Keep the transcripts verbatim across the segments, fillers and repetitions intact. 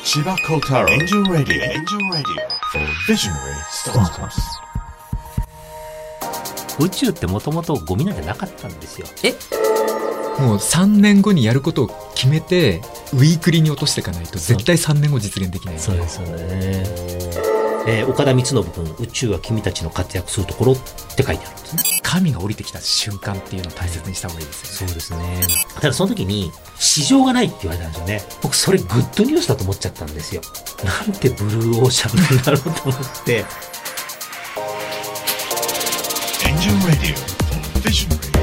千葉幸太郎エンジェルラディオエンジェルラディオビジョナリースタートアップ。 宇宙ってもともとゴミなんてなかったんですよ。 えもうさんねんごにやることを決めてウィークリーに落としていかないと絶対さんねんご実現できない。 そうですよね、えー、岡田光信君、宇宙は君たちの活躍するところって書いてあるんですね。 神が降りてきた瞬間っていうのを大切にした方がいいですよね。 そうですね。ただその時に市場がないって言われたんですよね。僕それグッドニュースだと思っちゃったんですよ。なんてブルーオーシャンなんだろうと思ってエンジェルラディオビジョナリー。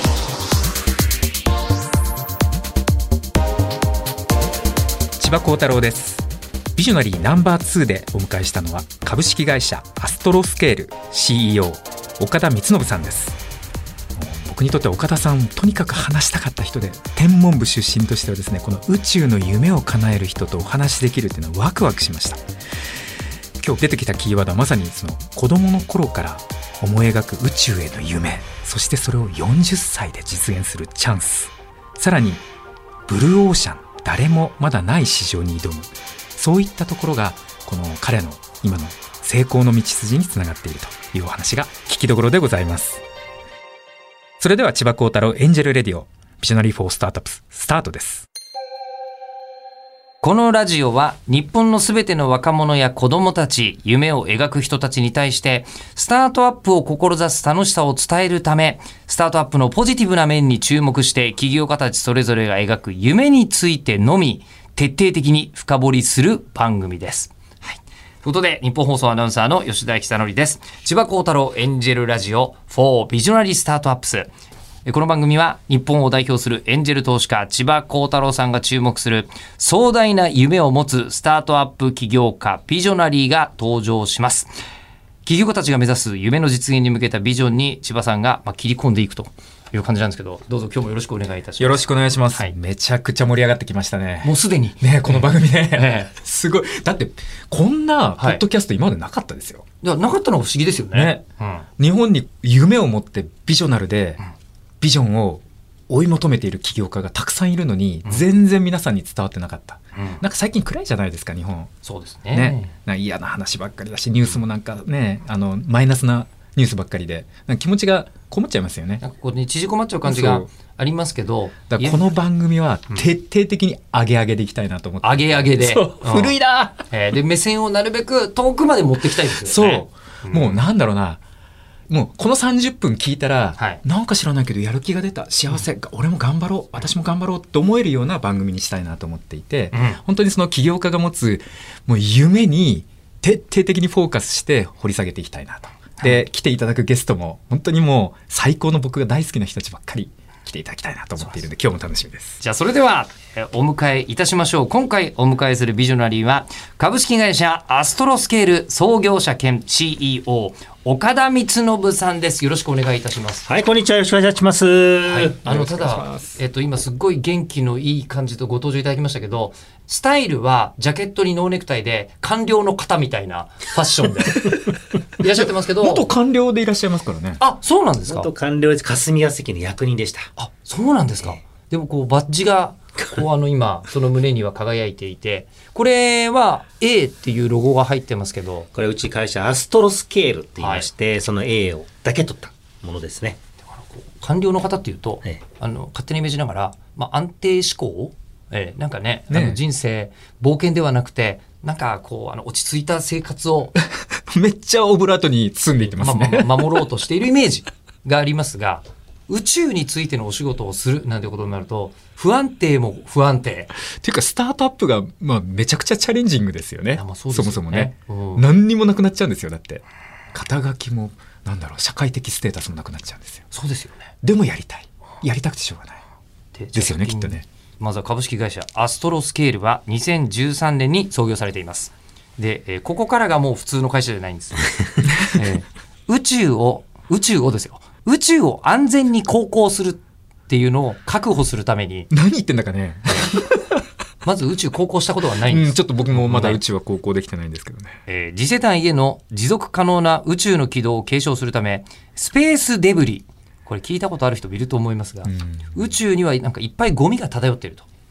千葉幸太郎です。ビジョナリーナンバーツーでお迎えしたのは株式会社アストロスケール シーイーオー 岡田光信さんです。僕にとって岡田さんとにかく話したかった人で、天文部出身としてはですね、この宇宙の夢を叶える人とお話しできるっていうのはワクワクしました。今日出てきたキーワードはまさにその子供の頃から思い描く宇宙への夢、そしてそれをよんじゅっさいで実現するチャンス、さらにブルーオーシャン、誰もまだない市場に挑む、そういったところがこの彼の今の成功の道筋につながっているというお話が聞きどころでございます。それでは千葉幸太郎エンジェルレディオビジョナリーフォースタートアップススタートです。 このラジオは日本のすべての若者や子どもたち、夢を描く人たちに対してスタートアップを志す楽しさを伝えるため、スタートアップのポジティブな面に注目して起業家たちそれぞれが描く夢についてのみ徹底的に深掘りする番組です。はい、ということで日本放送アナウンサーの吉田久典です。千葉幸太郎エンジェルラジオ for ビジョナリースタートアップス。この番組は日本を代表するエンジェル投資家千葉幸太郎さんが注目する壮大な夢を持つスタートアップ起業家ビジョナリーが登場します。起業家たちが目指す夢の実現に向けたビジョンに千葉さんがまあ切り込んでいくという感じなんですけど、どうぞ今日もよろしくお願いいたします。 よろしくお願いします、 はい、 めちゃくちゃ盛り上がってきましたね。 もうすでにね、この番組ね、 ええ、 すごい。だってこんなポッドキャスト今までなかったですよ。 いや、なかったのが不思議ですよね。 ね、うん、日本に夢を持ってビジョナルでビジョンを追い求めている起業家がたくさんいるのに、うん、全然皆さんに伝わってなかった、うん、なんか最近暗いじゃないですか日本。 そうですね。 ね、なんか嫌な話ばっかりだし、ニュースもなんかね、あのマイナスなニュースばっかりでなんか気持ちがこもっちゃいますよね。 なんかこうね、縮こまっちゃう感じがありますけど、 だからこの番組は徹底的に上げ上げでいきたいなと思って、 上げ上げで、 そう、うん、古いな、 えー、で目線をなるべく遠くまで持っていきたいですよね。 そう、うん、もうなんだろうな、もうこのさんじゅっぷん聞いたら、 はい、なんか知らないけどやる気が出た、幸せ、うん、俺も頑張ろう、私も頑張ろうって思えるような番組にしたいなと思っていて、うん、本当にその起業家が持つもう夢に徹底的にフォーカスして掘り下げていきたいなと。で、はい、来ていただくゲストも本当にもう最高の僕が大好きな人たちばっかり来ていただきたいなと思っているので、今日も楽しみです。 じゃあそれではお迎えいたしましょう。今回お迎えするビジョナリーは株式会社アストロスケール創業者兼 シーイーオー 岡田光信さんです。よろしくお願いいたします。 はい、こんにちは、よろしくお願いします。 はい、あのただ、えっと、今すっごい元気のいい感じとご登場いただきましたけど、スタイルはジャケットにノーネクタイで官僚の方みたいなファッションでいらっしゃってますけど、 元官僚でいらっしゃいますからね。 あ、そうなんですか。 元官僚で霞が関の役人でした。 あ、そうなんですか。えー、でもこうバッジがこうあの今その胸には輝いていて、これは A っていうロゴが入ってますけど、 これうち会社アストロスケールって言いまして、はい、その A をだけ取ったものですね。 だからこう官僚の方っていうと、ええ、あの勝手にイメージながら、まあ、安定志向、ええ、なんか ね, ねあの人生冒険ではなくて、なんかこうあの落ち着いた生活をめっちゃオブラートに包んでいってますね、 まま、守ろうとしているイメージがありますが、宇宙についてのお仕事をするなんてことになると不安定も不安定っていうか、スタートアップが、まあ、めちゃくちゃチャレンジングですよね。 まあ、そうですよね。 そもそもね、 うん、 何にもなくなっちゃうんですよ。だって肩書きもなんだろう、社会的ステータスもなくなっちゃうんですよ。 そうですよね。 でもやりたい、やりたくてしょうがないですよね、きっとね。 まずは株式会社アストロスケールはにせんじゅうさんねんに創業されています。で、えー、ここからがもう普通の会社じゃないんです、えー、宇宙を宇宙をですよ宇宙を安全に航行するっていうのを確保するために、 何言ってんだかねまず宇宙航行したことはないんです、 うん、ちょっと僕もまだ宇宙は航行できてないんですけどね、 えー、次世代への持続可能な宇宙の軌道を継承するため、スペースデブリ、これ聞いたことある人もいると思いますが、うん、宇宙にはなんかいっぱいゴミが漂っていると。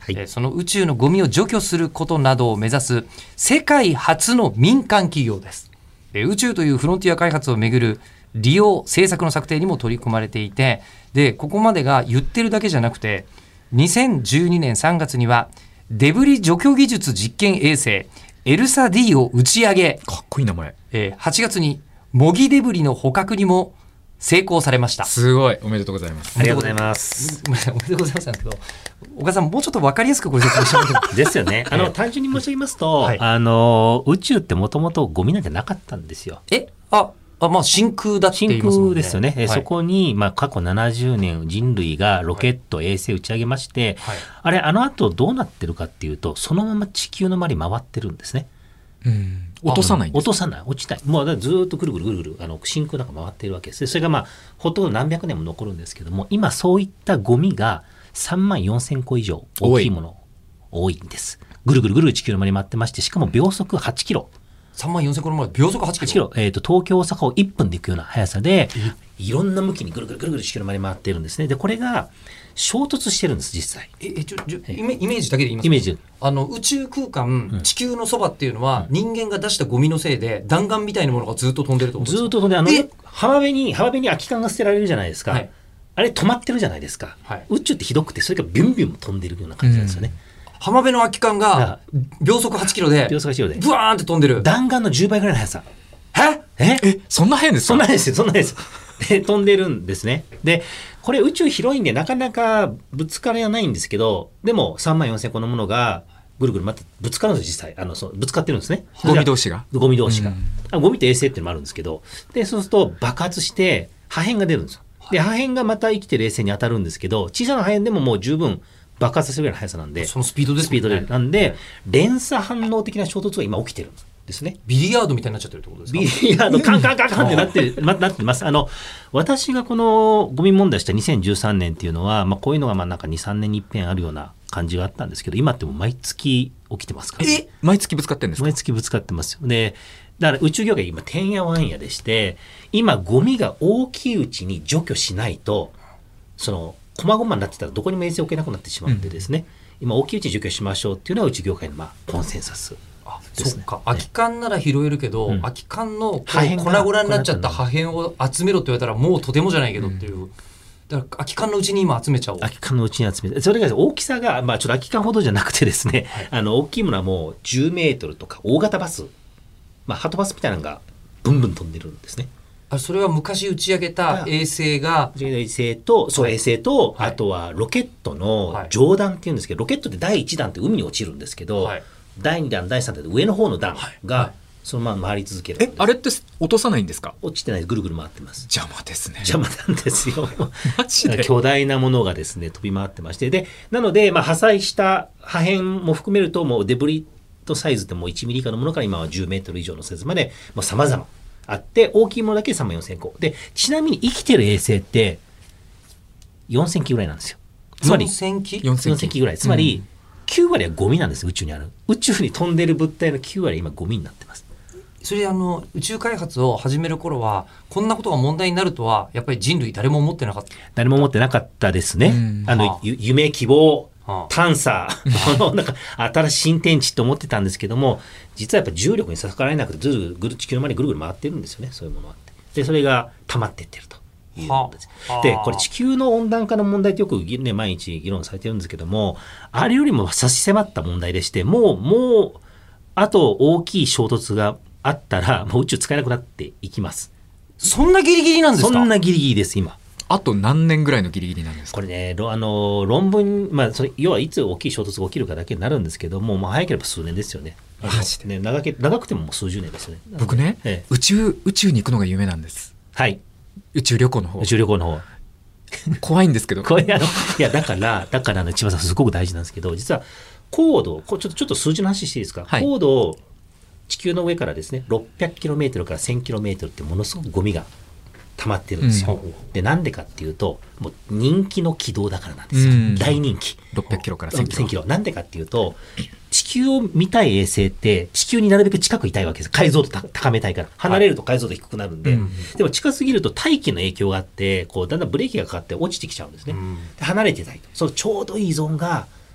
はいえーその宇宙のゴミを除去することなどを目指す世界初の民間企業です。えー宇宙というフロンティア開発をめぐる利用政策の策定にも取り組まれていて、でここまでが言ってるだけじゃなくて、にせんじゅうにねんさんがつにはデブリ除去技術実験衛星エルサ D を打ち上げ、 かっこいい名前。 えーはちがつに模擬デブリの捕獲にも成功されました。 すごい。おめでとうございます。 ありがとうございます。 ごめんなさい、おめでとうございますなんですけど、岡田さんもうちょっと分かりやすくご説明してもらってもですよね。あの、単純に申し上げますと、 はいあの、宇宙ってもともとゴミなんてなかったんですよ。 えああまあ真空だって言い真ますもんね。 空ですよね。えはいそこに、まあ、過去ななじゅうねん人類がロケット、衛星打ち上げまして、 はいあれ、あの後どうなってるかっていうと、そのまま地球の周り回ってるんですね。 うん。落とさないんです落とさない、落ちない。もうだからずーっとぐるぐるぐるぐる、あの、真空なんか回っているわけです。でそれがまあ、ほとんど何百年も残るんですけども、今そういったゴミがさんまんよんせんこ以上大きいもの多いんです。ぐるぐるぐる地球の周り回ってまして、しかも秒速はちキロ。 さんまんよんせんこの前秒速はちキロ。 はちキロ、えー、と東京大阪をいっぷんで行くような速さでいろんな向きにぐるぐるぐるぐる地球の周り回っているんですね。でこれが衝突してるんです実際。 ええちょちょイメイメージだけで言いますか。 イメージあの宇宙空間、地球のそばっていうのは、人間が出したゴミのせいで弾丸みたいなものがずっと飛んでるってことですか。 ずーっと飛んであのえ浜辺に浜辺に空き缶が捨てられるじゃないですか、 はいあれ止まってるじゃないですか、 はい宇宙ってひどくてそれがビュンビュン飛んでるような感じなんですよね、 浜辺の空き缶が秒速はちキロで秒速はちキロでブワーンって飛んでる。 弾丸のじゅうばいぐらいの速さ。 えええ、そんな変ですか？ そんなですよ、そんなです。で、飛んでるんですね。で、これ宇宙広いんでなかなかぶつかりはないんですけど、でもさんまんよんせんこのものがぐるぐるまたぶつかるんです実際。あの、そうぶつかってるんですね。 ゴミ同士がゴミ同士が。 うんあゴミと衛星っていうのもあるんですけど、で、そうすると爆発して破片が出るんですよ。で、破片がまた生きてる衛星に当たるんですけど、小さな破片でももう十分爆発させるぐらいの速さなんで、 そのスピードですスピードもんねで。なんで、連鎖反応的な衝突が今起きてるんですね。 ビリヤードみたいになっちゃってるってことですか。 ビリヤードカンカンカンカンってなってるまなってます。あの私がこのゴミ問題したにせんじゅうさんねんっていうのは、まあ、こういうのがまあなんかにさんねんに一遍あるような感じがあったんですけど、今ってもう毎月起きてますから、 え、毎月ぶつかってるんですか？ 毎月ぶつかってますよ。でだから宇宙業界今てんやわんやでして、今ゴミが大きいうちに除去しないとその細々になってたらどこにも衛星を置けなくなってしまってですね、うん、今大きいうちに除去しましょうっていうのは宇宙業界のまあコンセンサスですね。 そっか、空き缶なら拾えるけど、 うん空き缶のこう破片が粉々になっちゃった破片を集めろって言われたらもうとてもじゃないけどっていう、だから空き缶のうちに今集めちゃおう。 空き缶のうちに集めて、それが大きさが、まあ、ちょっと空き缶ほどじゃなくてですね、あの大きいものはもうじゅうメートルとか大型バス、まあ、ハトバスみたいなのがブンブン飛んでるんですね。 あそれは昔打ち上げた衛星が、 衛星と、そう、衛星と、 はいあとはロケットはいの上段っていうんですけど、ロケットってだいいちだんって海に落ちるんですけど、 はいだいにだん、だいさんだんって上の方の段はいがそのまま回り続けるんです。 え、あれって落とさないんですか？ 落ちてない、ぐるぐる回ってます。 邪魔ですね。 邪魔なんですよ。 マジで？ 巨大なものがですね飛び回ってまして、でなので、まあ、破砕した破片も含めるともうデブリとサイズってもういちミリ以下のものから今はじゅうメートル以上のサイズまでさまざまあって、大きいものだけでさんまんよんせんこで、ちなみに生きてる衛星ってよんせんきぐらいなんですよ。つまりよんせんきよんせんよんせんきぐらい、つまりきゅうわりはゴミなんです。宇宙にある宇宙に飛んでる物体のきゅうわりは今ゴミになってます。 それあの宇宙開発を始める頃はこんなことが問題になるとはやっぱり人類誰も思ってなかった。 誰も思ってなかったですね。 うんあの、 はあゆ夢希望はあ探査のなんか新しい新天地って思ってたんですけども、実はやっぱ重力に逆らえなくてずるぐる地球の周りぐるぐる回ってるんですよね。そういうものはあって、でそれが溜まってってるというものです。 はあでこれ地球の温暖化の問題ってよく、ね、毎日議論されてるんですけども、あれよりも差し迫った問題でして、もうもうあと大きい衝突があったらもう宇宙使えなくなっていきます。 そんなギリギリなんですか？ そんなギリギリです今。 あと何年ぐらいのギリギリなんですか？ これね、ろあの論文、まあ、それ要はいつ大きい衝突が起きるかだけになるんですけども、まあ、早ければ数年ですよね。あのマジでね、長け長くてももう数十年ですよね。 僕ね、 ええ宇宙宇宙に行くのが夢なんです。 はい、 宇宙旅行の方宇宙旅行の方怖いんですけど。 これあのいやだからだからあの千葉さんすごく大事なんですけど、実は高度こうちょっとちょっと数字の話していいですか、 はい高度地球の上からですね ろっぴゃくキロメートル から せんキロメートル ってものすごくゴミが溜まってるんですよ、 うんでなんでかっていうともう人気の軌道だからなんですよ、 うん大人気ろっぴゃくキロからせんキロ。 せんキロなんでかっていうと、地球を見たい衛星って地球になるべく近くいたいわけです。解像度た高めたいから。離れると解像度低くなるんで、 うんでも近すぎると大気の影響があってこうだんだんブレーキがかかって落ちてきちゃうんですね、 うんで離れてたいと、そのちょうどいいゾーンが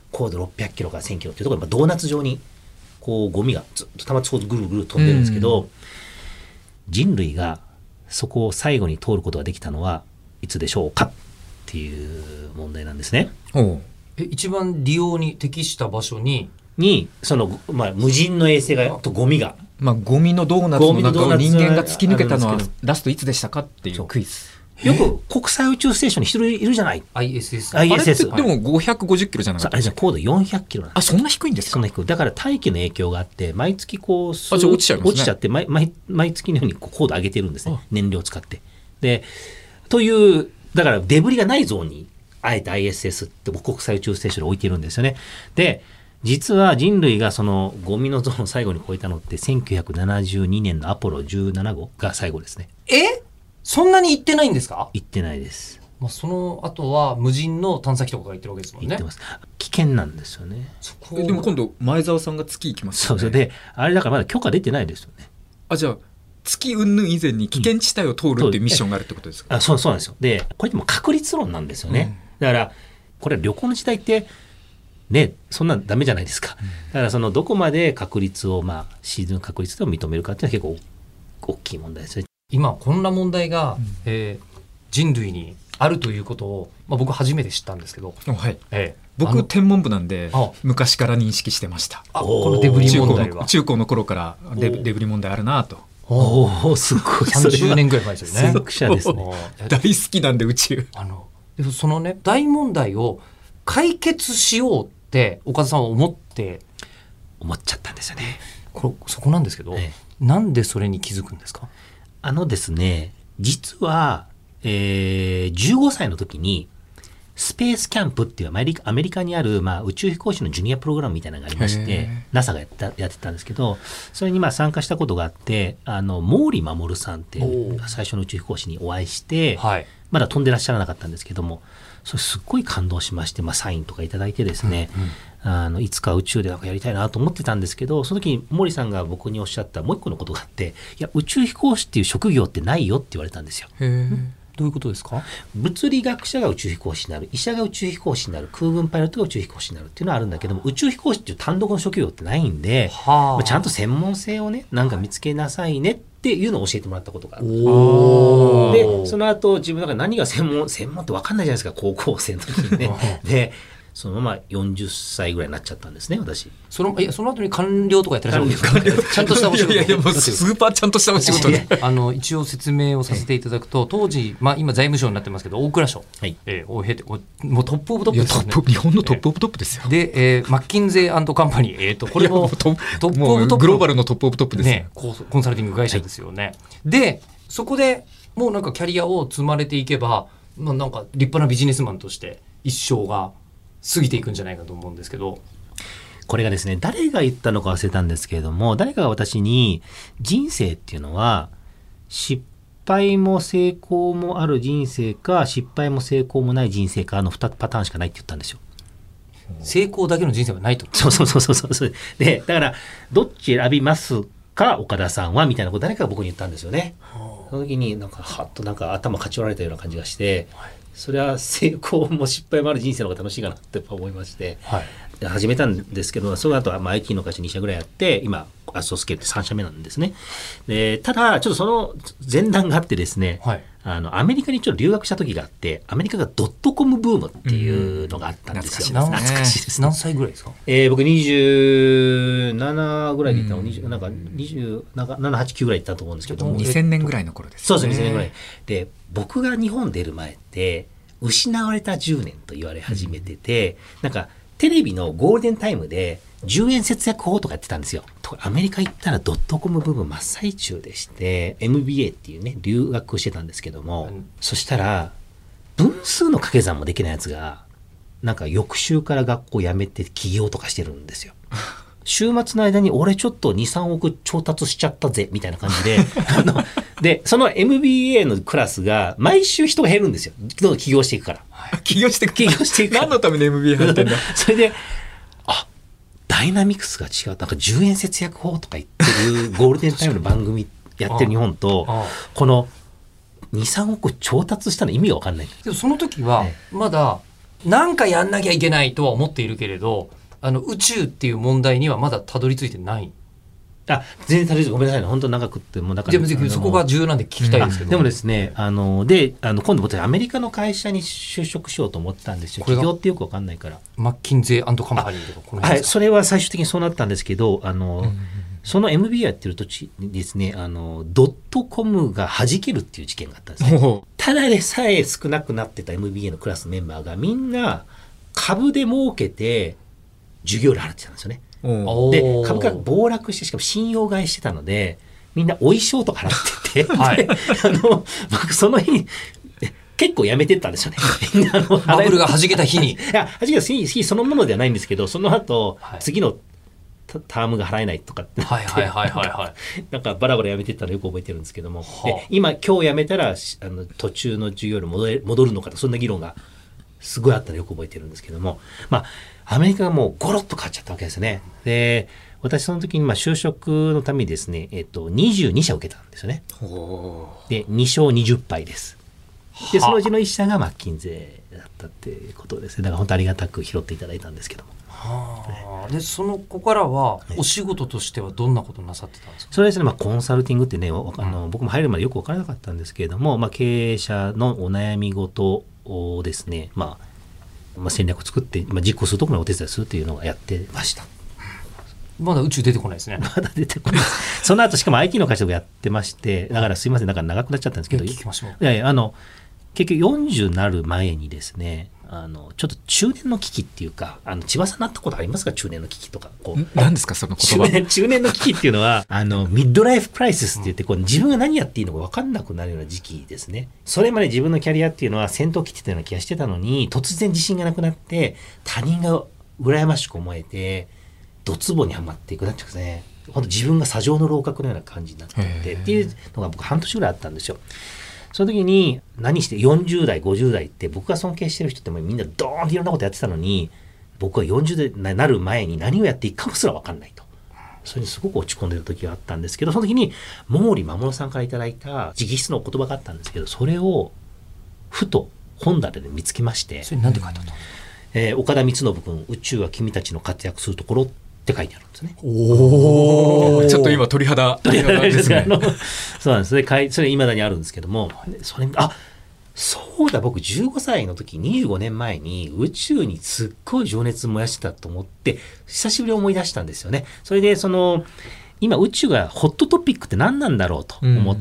高度ろっぴゃくキロからせんキロっていうところで、まあ、ドーナツ状にこうゴミがずっとたまってぐるぐる飛んでるんですけど、うん、人類がそこを最後に通ることができたのはいつでしょうかっていう問題なんですね。 おうえ一番利用に適した場所ににその、まあ、無人の衛星がとゴミが、 まあ、ゴミのドーナツの中を人間が突き抜けたのはラストいつでしたかっていうクイズ。 よく国際宇宙ステーションに人いるじゃない。 アイエスエス。 アイエスエス。 あれってでもごひゃくごじゅっキロじゃなかった。 あれじゃ高度よんひゃくキロなんです。 あ、そんな低いんですか。 そんな低い。だから大気の影響があって毎月こうあじゃあ落ちちゃいますね。 落ちちゃって毎毎毎月のようにこう高度上げてるんですね。燃料を使って。でというだからデブリがないゾーンにあえて アイエスエス って国際宇宙ステーションに置いてるんですよね。で実は人類がそのゴミのゾーンを最後に超えたのってせんきゅうひゃくななじゅうにねんのアポロじゅうななごうが最後ですね。 えそんなに行ってないんですか。 行ってないです。 まあ、その後は無人の探査機とかが行ってるわけですもんね。 行ってます。危険なんですよね。 そこでも今度前澤さんが月行きますよね。 そうそうであれだからまだ許可出てないですよね。 あじゃあ月云々以前に危険地帯を通るっていうミッションがあるってことですか。 あそうそうなんですよ。でこれでも確率論なんですよね、うん、だからこれ旅行の時代ってねそんなダメじゃないですか、うん、だからそのどこまで確率をまあシーズン確率でも認めるかっていうのは結構大きい問題ですね。 今こんな問題が、うんえー、人類にあるということを、まあ、僕初めて知ったんですけど、 はいえー、 僕天文部なんで昔から認識してました。 あこのデブリ問題は中高の頃からデブ、デブリ問題あるなと。 おおすごいさんじゅうねんぐらい前ですよね。 先駆者ですね。 大好きなんで宇宙あのそのね大問題を解決しようって岡田さんは思って思っちゃったんですよね。 こそこなんですけど、 ええ、 なんでそれに気づくんですか。 あのですね実は、えー、じゅうごさいの時にスペースキャンプっていうアメリカ、アメリカにある、まあ、宇宙飛行士のジュニアプログラムみたいなのがありまして ナサ がやったやってたんですけどそれにまあ参加したことがあってあの毛利衛さんっていう最初の宇宙飛行士にお会いして、はい、まだ飛んでらっしゃらなかったんですけどもそれすっごい感動しまして、まあ、サインとかいただいてですね、うんうんあのいつか宇宙でなんかやりたいなと思ってたんですけどその時に毛利さんが僕におっしゃったもう一個のことがあっていや宇宙飛行士っていう職業ってないよって言われたんですよ。 へーどういうことですか。 物理学者が宇宙飛行士になる医者が宇宙飛行士になる空軍パイロットが宇宙飛行士になるっていうのはあるんだけども宇宙飛行士っていう単独の職業ってないんで、はあまあ、ちゃんと専門性をねなんか見つけなさいねっていうのを教えてもらったことがある。おでその後自分が何が専門専門って分かんないじゃないですか高校生の時にねでそのままよんじゅっさいぐらいになっちゃったんですね私。 そのいやその後に官僚とかやってらっしゃるんですか。ちゃんとしたお仕事。 いやいやもうスーパーちゃんとしたお仕事であの一応説明をさせていただくと当時、まあ、今財務省になってますけど大蔵省、はいえー、を経てもうトップオブトップですよね。 日本のトップオブトップですよ。 で、えー、マッキンゼー&カンパニー、えー、とこれもトップオブトップグローバルのトップオブトップですね。コンサルティング会社ですよね、はい、でそこでもうなんかキャリアを積まれていけば、まあ、なんか立派なビジネスマンとして一生が過ぎていくんじゃないかと思うんですけどこれがですね誰が言ったのか忘れたんですけれども誰かが私に人生っていうのは失敗も成功もある人生か失敗も成功もない人生かのにパターンしかないって言ったんですよ。 成功だけの人生はないと。 そうそうそうそうそうでだからどっち選びますか岡田さんはみたいなこと誰かが僕に言ったんですよね。その時になんかはっとなんか頭かち割られたような感じがして、はいそれは成功も失敗もある人生の方が楽しいかなって思いまして、はい、始めたんですけどその後はまあ アイティー の会社に社ぐらいやって今アソスケールってさん社目なんですね。でただちょっとその前段があってですね、はい、あのアメリカにちょっと留学した時があってアメリカがドットコムブームっていうのがあったんですよ。 うん、懐かしいですね。何歳ぐらいですか。 えー、僕にじゅうななぐらいで行ったの、うん、なんかにじゅうなな、はち、きゅうぐらい行ったと思うんですけどにせんねんぐらいの頃ですね。 そうですねにせんねんぐらいで僕が日本出る前って失われたじゅうねんと言われ始めてて、うん、なんかテレビのゴールデンタイムでじゅうえん節約法とかやってたんですよ。アメリカ行ったらドットコム部分真っ最中でして エムビーエー っていうね留学してたんですけども、うん、そしたら分数の掛け算もできないやつがなんか翌週から学校辞めて起業とかしてるんですよ。週末の間に俺ちょっとに、さんおく調達しちゃったぜみたいな感じであのでその エムビーエー のクラスが毎週人が減るんですよ。どんどん起業していくから。 起業していく。 起業していくから。 何のために エムビーエー 入ってんだ。 それであダイナミクスが違う。なんかじゅうえん節約法とか言ってるゴールデンタイムの番組やってる日本とこのに、さんおく調達したの意味が分かんない。 でもその時はまだなんかやんなきゃいけないとは思っているけれど、あの宇宙っていう問題にはまだたどり着いてない。 あ、全然足りずごめんなさいね。本当長くってもう中でもそこが重要なんで聞きたいんですけど、 うん、でもですね、あのであの今度僕アメリカの会社に就職しようと思ったんですよ。企業ってよく分かんないから。 マッキンゼー&カンパニーとかこの辺ですか。 はい、それは最終的にそうなったんですけど、あの、うん、その エムビーエー やってる時にですね、あのドットコムが弾けるっていう事件があったんですね。ただでさえ少なくなってた エムビーエー のクラスメンバーがみんな株で儲けて授業料払ってたんですよね。で株価が暴落してしかも信用買いしてたのでみんなお衣装とか払ってて、はい、あの僕その日結構やめてったんですよね。みんなあのバブルが弾けた日にいや弾けた日そのものではないんですけど、その後、はい、次のタームが払えないとかってはいはいはいはいはいなんかバラバラやめてったのよく覚えてるんですけども、はあ、で今今日やめたらあの途中の授業料戻れ戻るのかとそんな議論がすごいあったのよく覚えてるんですけども、まあアメリカがもうゴロッと変わっちゃったわけですね。で、私その時にまあ就職のためにですね、えっと、にじゅうに社受けたんですよね。で、に勝にじゅっ敗です。で、そのうちのいっ社がマッキンゼーだったっていうことですね。だから本当ありがたく拾っていただいたんですけども。 はあ、で、そのここからはお仕事としてはどんなことなさってたんですか。 それですね、まあ、コンサルティングってね、あの、うん、僕も入るまでよく分からなかったんですけれども、まあ、経営者のお悩み事をですね、まあまあ、戦略を作って、まあ、実行するところにお手伝いするというのをやってました。 まだ宇宙出てこないですね。 まだ出てこないその後しかも アイティー の会社をやってまして、だからすいません、だから長くなっちゃったんですけど、 聞きましょう。 いやいや、あの結局よんじゅうになる前にですね、あのちょっと中年の危機っていうか、あの千葉さんなったことありますか？中年の危機とか。こう何ですかその言葉。 中年、中年の危機っていうのはあのミッドライフクライシスって言って、こう自分が何やっていいのか分かんなくなるような時期ですね。それまで自分のキャリアっていうのは先頭切ってたような気がしてたのに、突然自信がなくなって他人が羨ましく思えてドツボにはまっていくなっていうかね、本当自分が砂上の楼閣のような感じになっていってっていうのが僕半年ぐらいあったんですよ。その時に何してよんじゅう代ごじゅう代って僕が尊敬してる人ってもみんなドーンっていろんなことやってたのに、僕はよんじゅう代になる前に何をやっていいかもすら分かんないと、それにすごく落ち込んでる時があったんですけど、その時に毛利守さんからいただいた直筆のお言葉があったんですけど、それをふと本棚で見つけまして。 それ何て書いてあったの？ えー、岡田光信君、宇宙は君たちの活躍するところって書いてあるんですね。 おちょっと今鳥肌鳥肌ですね。そうなんですね。それ未だにあるんですけども、それあそうだ、僕じゅうごさいの時にじゅうごねんまえに宇宙にすっごい情熱燃やしてたと思って久しぶりに思い出したんですよね。それでその今宇宙がホットトピックって何なんだろうと思って、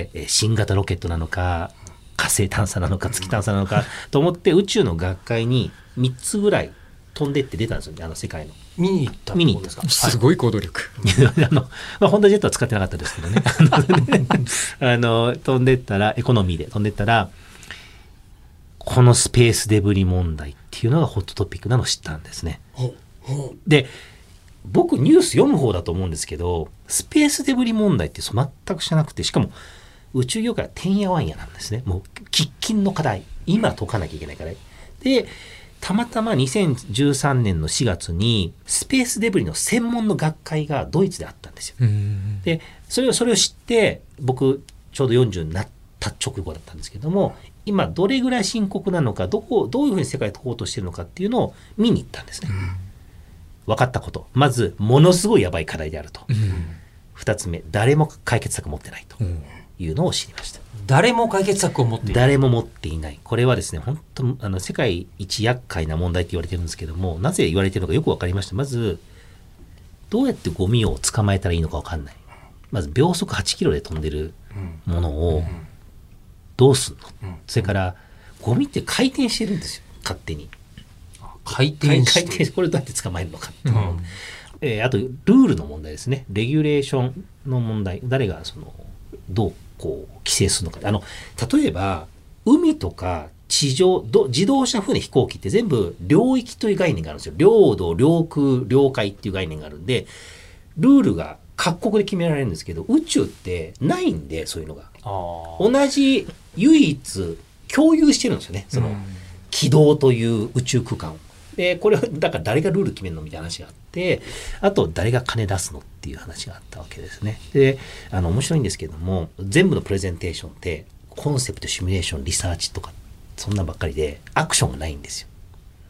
うん、新型ロケットなのか火星探査なのか月探査なのかと思って宇宙の学会にみっつぐらい飛んでって出たんですよね。あの世界の見に行った見に行ったんですか。すごい行動力。 あの、まあ、ホンダジェットは使ってなかったですけどねあの飛んでったらエコノミーで飛んでったらこのスペースデブリ問題っていうのがホットトピックなのを知ったんですね。で僕ニュース読む方だと思うんですけど、スペースデブリ問題って全く知らなくて、しかも宇宙業界はてんやわんやなんですね。もう喫緊の課題、今解かなきゃいけない課題で、たまたまにせんじゅうさんねんのしがつにスペースデブリの専門の学会がドイツであったんですよ。でそれをそれを知って僕ちょうどよんじゅうになった直後だったんですけども、今どれぐらい深刻なのか、どこどういうふうに世界を解こうとしているのかっていうのを見に行ったんですね。分かったこと、まずものすごいやばい課題であると、うん、ふたつめ誰も解決策を持ってないというのを知りました。 誰も解決策を持っていない。 誰も持っていない。これはですね、本当あの世界一厄介な問題って言われてるんですけども、なぜ言われてるのかよく分かりました。まずどうやってゴミを捕まえたらいいのか分かんない。まず秒速はちキロで飛んでるものをどうすんの、うん、それからゴミって回転してるんですよ、勝手に。 回転して回転これどうやって捕まえるのかっていう、うんえー、あとルールの問題ですね。レギュレーションの問題、誰がそのどうこう規制するのか。あの例えば海とか地上ど自動車船飛行機って全部領域という概念があるんですよ。領土領空領海っていう概念があるんで、ルールが各国で決められるんですけど、宇宙ってないんで、そういうのが同じ唯一共有してるんですよね、その軌道という宇宙空間を。でこれをだから誰がルール決めるのみたいな話があって、あと誰が金出すのっていう話があったわけですね。であの面白いんですけども、全部のプレゼンテーションってコンセプトシミュレーションリサーチとかそんなばっかりでアクションがないんですよ。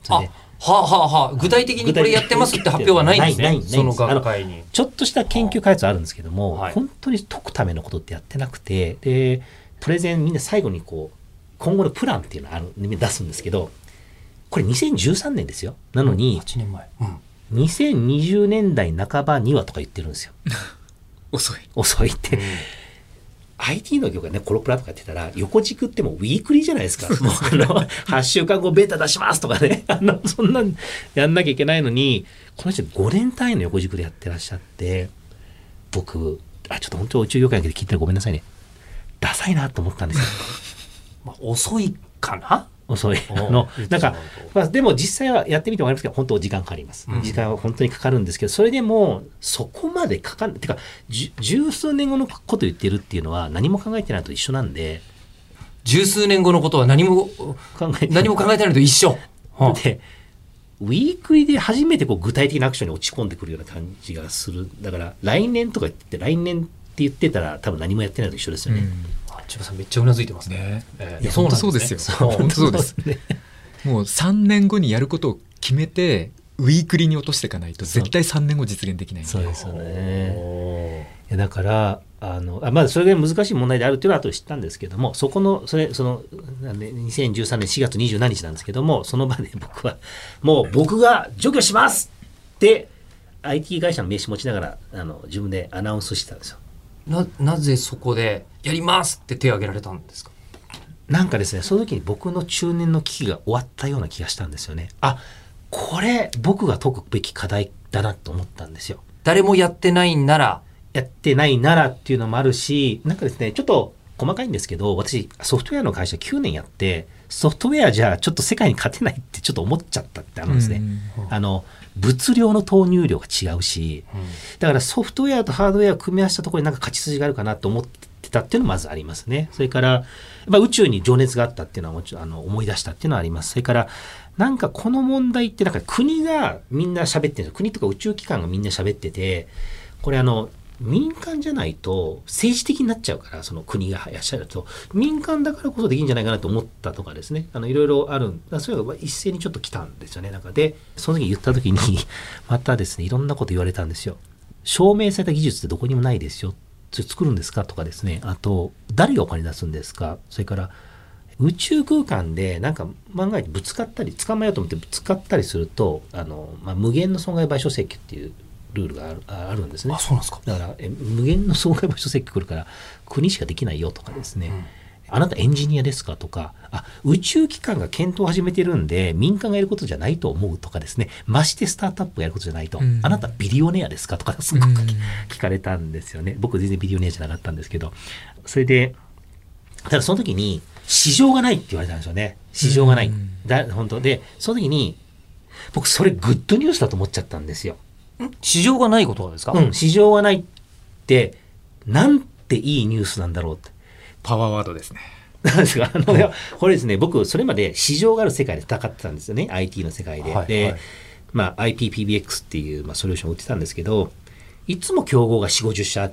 それであはあはあはあ、具体的にこれやってますって発表はないんですね。 ないないないその学会にちょっとした研究開発あるんですけども、 はい、 本当に解くためのことってやってなくて、でプレゼンみんな最後にこう今後のプランっていうのをある出すんですけど、これにせんじゅうさんねんですよ。なのに、 はちねんまえ、うん、 にせんにじゅうねんだいなかばにはとか言ってるんですよ。 遅い遅いって、うん、アイティー の業界ね、コロプラとかやってたら横軸ってもうウィークリーじゃないですか。もうあのはっしゅうかんごベータ出しますとかね、あのそんなんやんなきゃいけないのに、この人ごねん単位の横軸でやってらっしゃって、僕あちょっと本当宇宙業界だけで聞いたらごめんなさいね、ダサいなと思ったんですよ。 まあ、遅いかな、 遅いあのなんか、まあ、でも実際はやってみても分かりますけど本当時間かかります、うん、時間は本当にかかるんですけど、それでもそこまでかかんてか十数年後のこと言ってるっていうのは何も考えてないと一緒なんで、 十数年後のことは何も考え何も考えてないと一緒で、ウィークリーで初めてこう具体的なアクションに落ち込んでくるような感じがする。だから来年とか言って来年って言ってたら多分何もやってないと一緒ですよね、うん、 千葉さんめっちゃうなずいてますね。ねえー、いや本当そうですよ。本当そうです。もうさんねんごにやることを決めてウィークリーに落としていかないと絶対さんねんご実現できないんで。 そうですよね。いやだからあのあまだそれが難しい問題であるというのは後で知ったんですけども、そこのそれそのなんでにせんじゅうさんねんしがつにじゅうしちにちなんですけども、その場で僕はもう僕が除去しますってアイティー 会社の名刺持ちながらあの自分でアナウンスしてたんですよ。 な, なぜそこでやりますって手を挙げられたんですか。 なんかですね、その時に僕の中年の危機が終わったような気がしたんですよね。あ、これ僕が解くべき課題だなと思ったんですよ。 誰もやってないんならやってないならっていうのもあるし、なんかですねちょっと細かいんですけど、私ソフトウェアの会社きゅうねんやってソフトウェアじゃちょっと世界に勝てないってちょっと思っちゃったってあるんですね、うん、あの物量の投入量が違うし、うん、だからソフトウェアとハードウェアを組み合わせたところになんか勝ち筋があるかなと思ってたっていうのもまずありますね。それからまあ、宇宙に情熱があったっていうのはもちろんあの思い出したっていうのはあります。それからなんかこの問題ってなんか国がみんな喋ってるんですよ。国とか宇宙機関がみんな喋ってて、これあの民間じゃないと政治的になっちゃうから、その国がいらっしゃると民間だからこそできるんじゃないかなと思ったとかですね、あのいろいろあるんだ。それが一斉にちょっと来たんですよね。なんかでその時言った時にまたですねいろんなこと言われたんですよ。証明された技術ってどこにもないですよ、それ作るんですかとかですね、あと誰がお金出すんですか、それから宇宙空間でなんか万が一ぶつかったり捕まえようと思ってぶつかったりするとあの、まあ、無限の損害賠償請求っていうルールがある、あるんですね。 あ、そうなんですか。 だからえ無限の損害賠償請求来るから国しかできないよとかですね、うん、あなたエンジニアですかとか、あ宇宙機関が検討を始めてるんで民間がやることじゃないと思うとかですね、ましてスタートアップがやることじゃないと、うん、あなたビリオネアですかとかすごく、うん、聞かれたんですよね。僕全然ビリオネアじゃなかったんですけど、それでただその時に市場がないって言われたんですよね。市場がない、うん、だ本当でその時に僕それグッドニュースだと思っちゃったんですよ。 市場がないことはですか。 うん、市場がないってなんていいニュースなんだろうって。 パワーワードですね。 なんですかあの、うん、これですね、僕それまで市場がある世界で戦ってたんですよね、 アイティー の世界で、はい、で、はい、まあ、アイピーピービーエックス っていう、まあ、ソリューションを売ってたんですけど、いつも競合が よんじゅう、ごじゅっしゃあって、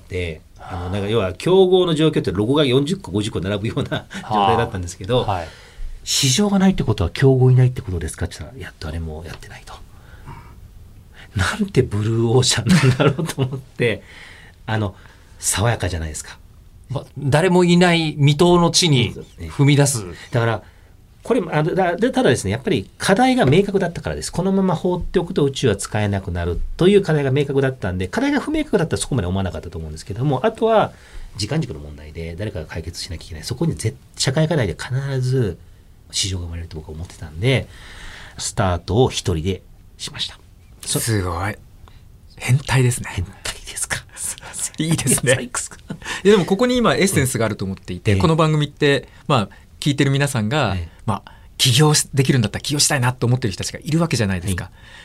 あのなんか要は競合の状況ってロゴがよんじゅっこごじゅっこ並ぶような状態だったんですけど、はい、市場がないってことは競合いないってことですかって言ったら、いや誰もやってないと、なんてブルーオーシャンなんだろうと思ってあの爽やかじゃないですか、 ま、誰もいない未踏の地に踏み出す、ね、 だからこれあだでただですねやっぱり課題が明確だったからです。このまま放っておくと宇宙は使えなくなるという課題が明確だったんで、課題が不明確だったらそこまで思わなかったと思うんですけども、あとは時間軸の問題で誰かが解決しなきゃいけない、そこに絶社会課題で必ず市場が生まれると僕は思ってたんで、スタートを一人でしました。 すごい変態ですね。 変態ですか。 いいですね。いやでもここに今エッセンスがあると思っていて、うん、この番組ってまあ聞いてる皆さんが、ええまあ、起業できるんだったら起業したいなと思ってる人たちがいるわけじゃないですか、はい、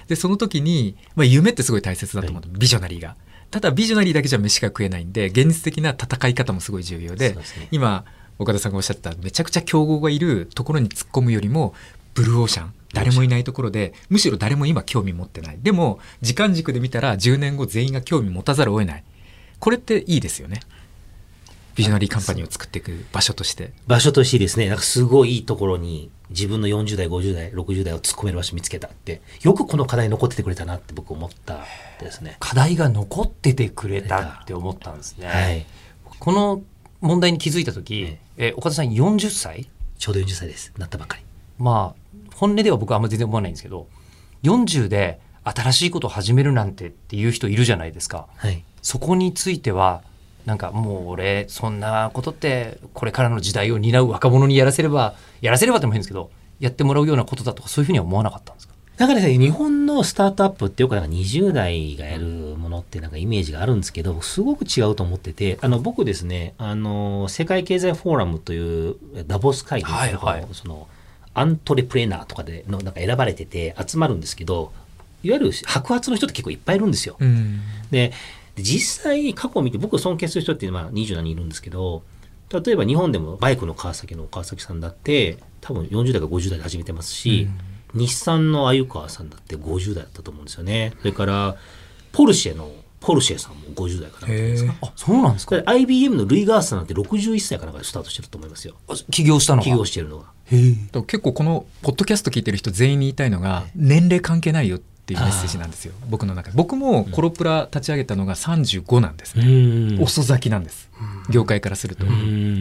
でその時に、まあ、夢ってすごい大切だと思う、はい、ビジョナリーが。ただビジョナリーだけじゃ飯が食えないんで、現実的な戦い方もすごい重要 で, で、ね、今岡田さんがおっしゃっためちゃくちゃ競合がいるところに突っ込むよりもブルーオーシャン、誰もいないところで、むしろ誰も今興味持ってない、でも時間軸で見たらじゅうねんご全員が興味持たざるを得ない、これっていいですよね。 ビジョナリーカンパニーを作っていく場所として場所としてですね、なんかすごいいいところに自分のよんじゅう代ごじゅう代ろくじゅう代を突っ込める場所見つけたって、よくこの課題残っててくれたなって僕思ったですね。 課題が残っててくれたって思ったんですね、 はい、 この問題に気づいた時、 ええ岡田さんよんじゅっさいちょうどよんじゅっさいです。なったばっかり。 まあ本音では僕はあんま全然思わないんですけど、よんじゅうで新しいことを始めるなんてっていう人いるじゃないですか、 はい、 そこについてはなんかもう俺そんなことってこれからの時代を担う若者にやらせればやらせればでもいいんですけど、やってもらうようなことだとかそういうふうには思わなかったんですか？ だからですね、日本のスタートアップってよくなんかにじゅう代がやるものってなんかイメージがあるんですけど、すごく違うと思ってて、あの僕ですね、あの世界経済フォーラムというダボス会議の、 はいはい、 そのアントレプレナーとかでのなんか選ばれてて集まるんですけど、いわゆる白髪の人って結構いっぱいいるんですよ。うん、で実際過去を見て僕尊敬する人ってまあにじゅうなんにんいるんですけど、例えば日本でもバイクの川崎の川崎さんだって多分よんじゅう代かごじゅう代で始めてますし、うん、日産の鮎川さんだってごじゅう代だったと思うんですよね。それからポルシェのポルシェさんもごじゅう代かなですか。 あ、そうなんですか。 アイビーエム のルイ・ガースさんなんてろくじゅういっさいかなんかでスタートしてると思いますよ。 起業したのが起業してるのが。 へー。結構このポッドキャスト聞いてる人全員に言いたいのが、年齢関係ないよっていうメッセージなんですよ。僕の中で僕もコロプラ立ち上げたのがさんじゅうごなんですね、うん、遅咲きなんです、うん、業界からすると、うん、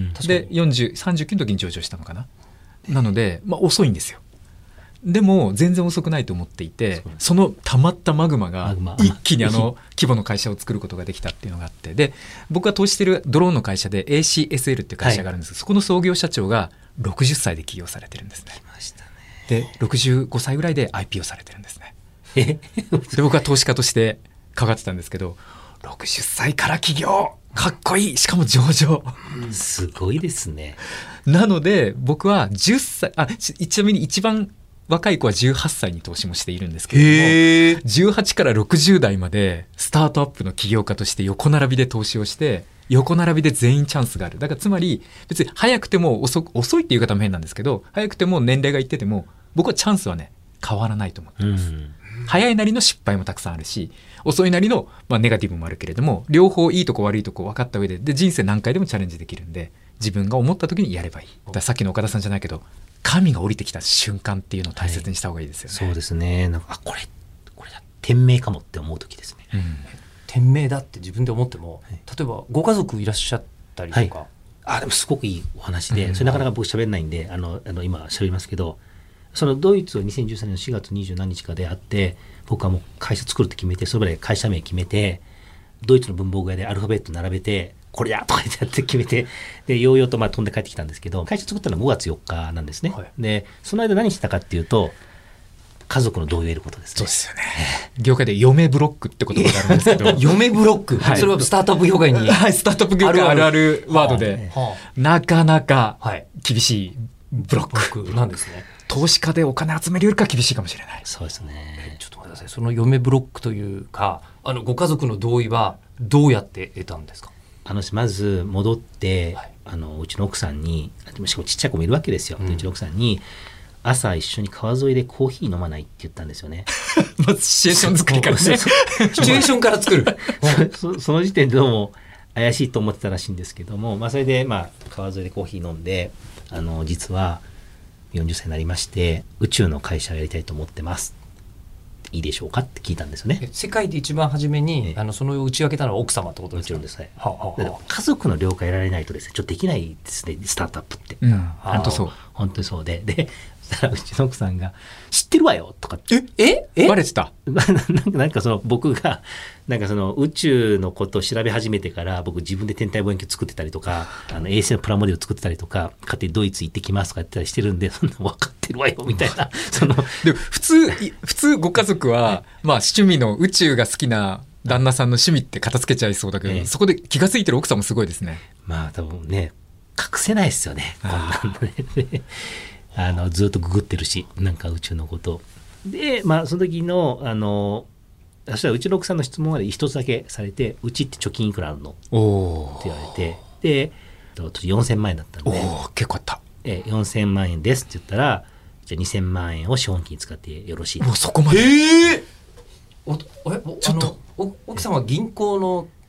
でよんじゅう、さんじゅうきゅうの時に上場したのかな。なので、まあ、遅いんですよ。でも全然遅くないと思っていて、その溜まったマグマが一気にあの規模の会社を作ることができたっていうのがあって、で僕が投資しているドローンの会社で エーシーエスエル っていう会社があるんですけど、はい、そこの創業社長がろくじゅっさいで起業されてるんですね。来ましたね。でろくじゅうごさいぐらいで アイピーオー されてるんですね。で僕は投資家として関わってたんですけど、ろくじゅっさいから起業かっこいい、しかも上場、 すごいですね。 なので僕はじゅっさい、あちなみに一番若い子はじゅうはっさいに投資もしているんですけれども、じゅうはちからろくじゅう代までスタートアップの起業家として横並びで投資をして、横並びで全員チャンスがある。だからつまり別に早くても 遅, 遅いっていう言い方も変なんですけど、早くても年齢がいってても僕はチャンスはね変わらないと思ってます、うん、早いなりの失敗もたくさんあるし、遅いなりの、まあ、ネガティブもあるけれども、両方いいとこ悪いとこ分かった上で、で人生何回でもチャレンジできるんで、自分が思った時にやればいい。だからさっきの岡田さんじゃないけど、神が降りてきた瞬間っていうのを大切にした方がいいですよね、 はい、そうですね。なんかあこれこれだ天命かもって思う時ですね、うん、 天命だって自分で思っても、はい、例えばご家族いらっしゃったりとか、 はい、あでもすごくいいお話で、うん、それなかなか僕喋れないんで、あのあの今喋りますけど、そのドイツをにせんじゅうさんねんのしがつにじゅうなんにちかであって、僕はもう会社作るって決めて、それまで会社名決めて、ドイツの文房具屋でアルファベット並べて、これだとか言ってやって決めて、でようようとまあ飛んで帰ってきたんですけど、会社作ったのはごがつよっかなんですね、はい、でその間何してたかっていうと、家族の同意を得ることですね。 そうですよね。業界で嫁ブロックって言葉があるんですけど嫁ブロック、はい、それはスタートアップ業界にはい、スタートアップ業界あるあるワードで、はあ、なかなか厳しいブロックなんですね。投資家でお金集めるよりか厳しいかもしれない。 そうですね。 ちょっと待ってください。その嫁ブロックというか、あのご家族の同意はどうやって得たんですか？ あのまず戻って、はい、あのうちの奥さんに、しかもちっちゃい子もいるわけですよ、うん、うちの奥さんに朝一緒に川沿いでコーヒー飲まないって言ったんですよねまずシチュエーション作りからねシチュエーションから作るそ, その時点でどうも怪しいと思ってたらしいんですけども、まあ、それで、まあ、川沿いでコーヒー飲んで、あの実はよんじゅっさいになりまして宇宙の会社をやりたいと思ってます、いいでしょうかって聞いたんですよね。 世界で一番初めに、えあのその打ち明けたのは奥様ってことですか？ もちろんです、ね。はあはあ、家族の了解得られないとですね、ちょっとできないですね、スタートアップって。 うん、本当そう。 本当にそうで、で、うちの奥さんが知ってるわよとかって。 えええバレてたなんかその僕がなんかその宇宙のことを調べ始めてから、僕自分で天体望遠鏡作ってたりとか、あの衛星のプラモデルを作ってたりとか、勝手にドイツ行ってきますとかやってたりしてるんで、そんな分かってるわよみたいなそので普通普通ご家族はまあ趣味の宇宙が好きな旦那さんの趣味って片付けちゃいそうだけど、ええ、そこで気がついてる奥さんもすごいですね。 まあ多分ね隠せないですよね、こんなんねあのずっとググってるし、なんか宇宙のことで、まあその時のあのそしたらうちの奥さんの質問まで一つだけされて、うちって貯金いくらあるのって言われて、でよんせんまんえんだったんで、 お結構あった、 えよんせんまんえんですって言ったら、じゃあにせんまんえんを資本金に使ってよろしい。 もうそこまで。 えー、おえおちょっとお奥さんは銀行の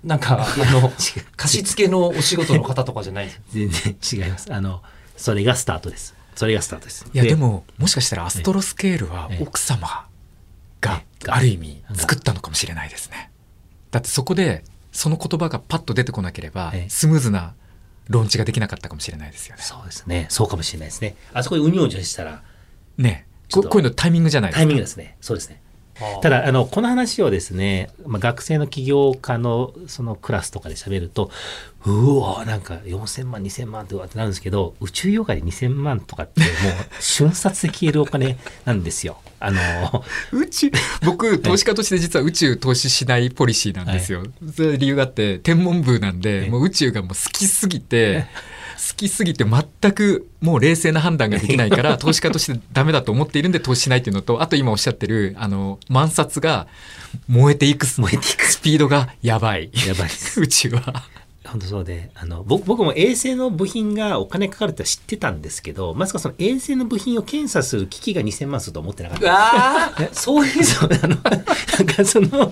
なんかあの貸付のお仕事の方とかじゃないです全然違います。あのそれがスタートです。それがスタートです。 いやでももしかしたらアストロスケールは奥様がある意味作ったのかもしれないですね。だってそこでその言葉がパッと出てこなければスムーズなローンチができなかったかもしれないですよね。 そうですね。そうかもしれないですね。あそこでうにょうにょしたらね、ここういうのタイミングじゃないですか。 タイミングですね。そうですね。ただあのこの話をですね、まあ、学生の起業家のそのクラスとかで喋ると、うわなんかよんせんまんにせんまんってってなるんですけど、宇宙業界でにせんまんとかってもう瞬殺で消えるお金なんですよ。あの宇宙僕投資家として実は宇宙投資しないポリシーなんですよ。はい、それ理由があって、天文部なんでもう宇宙がもう好きすぎて好きすぎて全くもう冷静な判断ができないから投資家としてダメだと思っているんで投資しないっていうのと、あと今おっしゃってるあの万札が燃えていくスピードがやばい。 やばいです宇宙は本当そうで、あの 僕, 僕も衛星の部品がお金かかるって知ってたんですけど、まさかその衛星の部品を検査する機器がにせんまんすると思ってなかった。 あそういうあのなんかその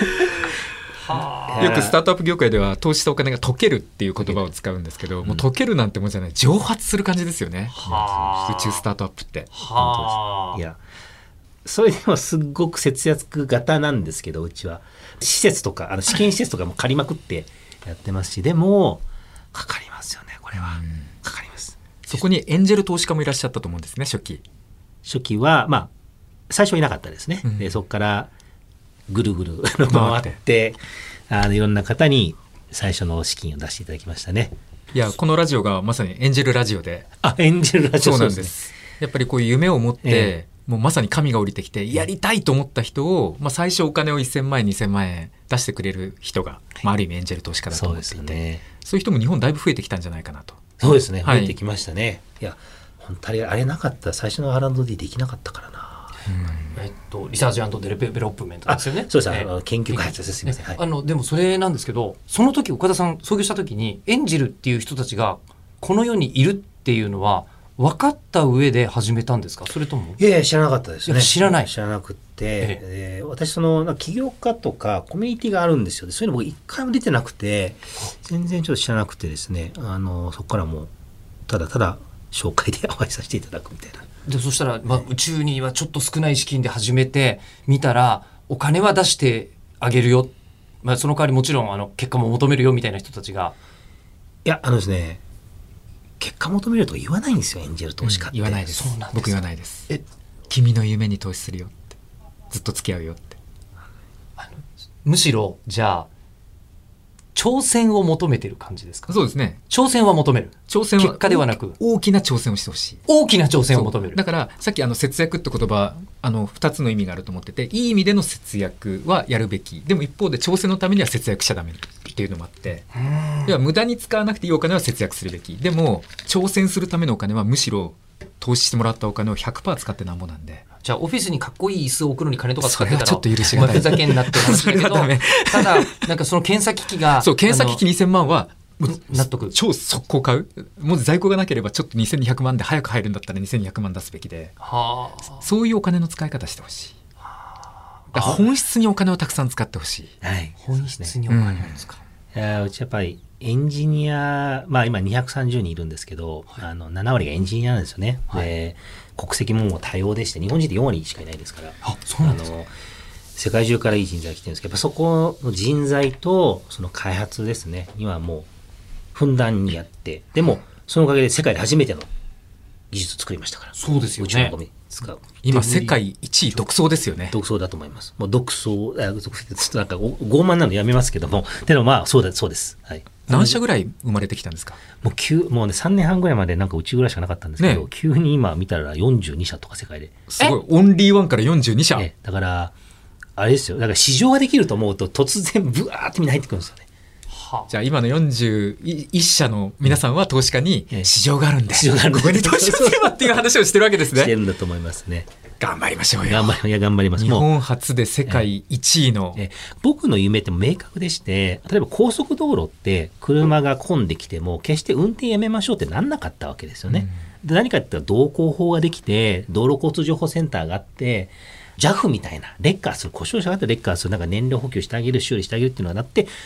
よくスタートアップ業界では投資したお金が溶けるっていう言葉を使うんですけど、もう溶けるなんてもんじゃない、蒸発する感じですよね、宇宙スタートアップって。 本当です。いやそれでもすっごく節約型なんですけど、うちは施設とかあの試験施設とかも借りまくってやってますし、でもかかりますよね、これは。かかります。 そこにエンジェル投資家もいらっしゃったと思うんですね、初期。 初期はまあ最初はいなかったですね、うん、でそこからぐるぐる回ってあのいろんな方に最初の資金を出していただきましたね。 いやこのラジオがまさにエンジェルラジオで。 あエンジェルラジオ。 そうなんです。やっぱりこういう夢を持って、えー、もうまさに神が降りてきてやりたいと思った人を、まあ、最初お金をせんまんえんにせんまんえん出してくれる人が、まあ、ある意味エンジェル投資家だと思っていて、そうですね、そういう人も日本だいぶ増えてきたんじゃないかなと。 そうですね、増えてきましたね、はい、いや本当にあれなかったら最初の アールアンドディー できなかったからな。 えっと、リサーチ&デベロップメントですよね。 そうです、あの研究開発です。すみません、はい、 あのでもそれなんですけど、その時岡田さん創業した時にエンジェルっていう人たちがこの世にいるっていうのは分かった上で始めたんですか、それとも。 いやいや知らなかったですね。 知らない知らなくって、ええー、私その起業家とかコミュニティがあるんですよ。そういうの僕一回も出てなくて全然ちょっと知らなくてですね、あのそこからもうただただ紹介でお会いさせていただくみたいな。 でそしたら、まあ、宇宙にはちょっと少ない資金で始めてみたらお金は出してあげるよ、まあ、その代わりもちろんあの結果も求めるよみたいな人たちが。 いやあのですね、結果求めるとか言わないんですよエンジェル投資家って、 うん、言わないです。 そうなんです。 僕言わないです。え君の夢に投資するよって、ずっと付き合うよって。 あのむしろじゃあ挑戦を求めてる感じですか。 そうですね、 挑戦は求める。 挑戦は結果ではなく大きな挑戦をしてほしい。 大きな挑戦を求める。 だからさっきあの節約って言葉、あのふたつの意味があると思ってて、いい意味での節約はやるべき、でも一方で挑戦のためには節約しちゃダメっていうのもあって、要は無駄に使わなくていいお金は節約するべき、でも挑戦するためのお金はむしろ投資してもらったお金を ひゃくパーセント 使ってなんぼなんで。 じゃあオフィスにかっこいい椅子を置くのに金とか使ってたらちょっと許しがない、 ふざけんなって話だけどただなんかその検査機器がそう検査機器にせんまんは納得、 超速攻買う。もう在庫がなければちょっとにせんにひゃくまんで早く入るんだったらにせんにひゃくまん出すべきで、はあ、そういうお金の使い方してほしい。だ本質にお金をたくさん使ってほしい、 はい、 本質にお金を使う、 うん、いやうちやっぱりエンジニア、まあ今にひゃくさんじゅうにんいるんですけど、はい、あのななわりがエンジニアなんですよね、はい、で国籍ももう多様でして日本人でよんわりしかいないですから。 あ、そうなんですか。 あの世界中からいい人材が来てるんですけど、やっぱそこの人材とその開発ですねにはもうふんだんにやって、でもそのおかげで世界で初めての技術を作りましたから。 そうですよね。 宇宙のゴミ使う。 今世界一位独走ですよね。 独走だと思います。もう独走、あ、ちょっとなんか傲慢なのやめますけども、でもまあそうだそうです。はい。 何社ぐらい生まれてきたんですか。 もう急もうねさんねんはんぐらいまでなんかうちぐらいしかなかったんですけど、ね、急に今見たらよんじゅうにしゃとか世界で。 すごい。オンリーワンからよんじゅうにしゃ。 ね、だからあれですよ。だから市場ができると思うと突然ブワーってみんな入ってくるんですよね。 じゃあ今のよんじゅういっしゃの皆さんは投資家に市場があるんで、 市場があるんでここに投資をすればっていう話をしてるわけですね。 してるんだと思いますね。 頑張りましょうよ。 頑張り、いや頑張ります。 日本初で世界いちいの、 えええ僕の夢って明確でして、例えば高速道路って車が混んできても決して運転やめましょうってなんなかったわけですよね、うん、で何かって言ったら道交法ができて道路交通情報センターがあって ジャフ みたいなレッカーする故障車があってレッカーするなんか燃料補給してあげる修理してあげるっていうのがあって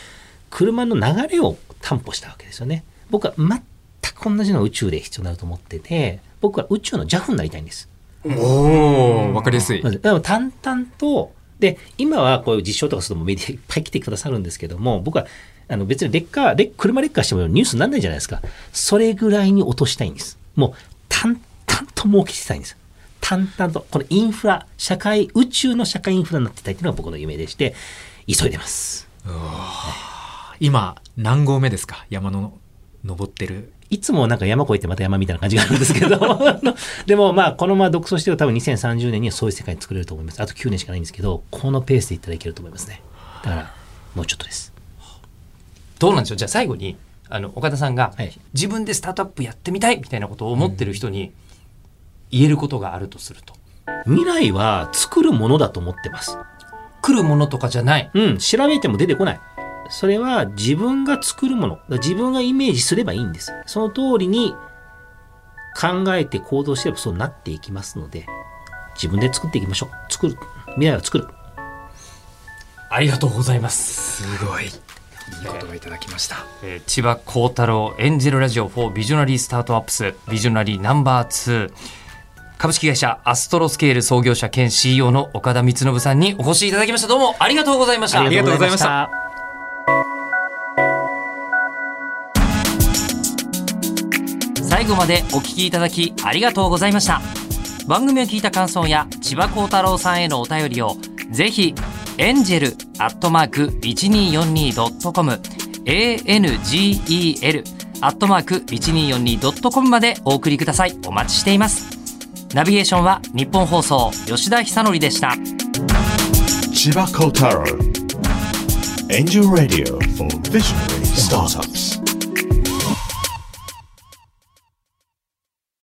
車の流れを担保したわけですよね。僕は全く同じのが宇宙で必要になると思ってて、僕は宇宙の ジャフ になりたいんです。 おー、わかりやすい。 でも淡々と、で今はこういう実証とかするとメディアいっぱい来てくださるんですけども、僕はあの別に劣化劣車劣化してもニュースにならないじゃないですか。それぐらいに落としたいんです。もう淡々と儲けてたいんです。淡々とこのインフラ社会宇宙の社会インフラになっていたいというのが僕の夢でして、急いでます。 今何合目ですか、山の登ってる。 いつもなんか山越えてまた山みたいな感じがあるんですけどでもまあこのまま独走してると多分にせんさんじゅうねんにはそういう世界作れると思います。あときゅうねんしかないんですけど、このペースでいったらいけると思いますね。だからもうちょっとです。 どうなんでしょう。じゃあ最後にあの岡田さんが、 はい、 自分でスタートアップやってみたいみたいなことを思ってる人に言えることがあるとすると、 うん、未来は作るものだと思ってます。 来るものとかじゃない。 うん、調べても出てこない。それは自分が作るもの、自分がイメージすればいいんです。その通りに考えて行動してればそうなっていきますので、自分で作っていきましょう。作る、未来を作る。 ありがとうございます。 すごいいい言葉いただきました。 えー、千葉幸太郎エンジェルラジオフォービジョナリースタートアップスビジョナリーナンバーツー、株式会社アストロスケール創業者兼 シーイーオー の岡田光信さんにお越しいただきました。どうもありがとうございました。 ありがとうございました。 最後までお聞きいただきありがとうございました。番組を聞いた感想や千葉幸太郎さんへのお便りをぜひエンジェルアットマーク いちにーよんにードットコム エーエヌジーイーエル アットマーク いちにーよんにードットコム までお送りください。お待ちしています。ナビゲーションは日本放送吉田久典でした。 千葉幸太郎 Angel Radio for Visionary Startups.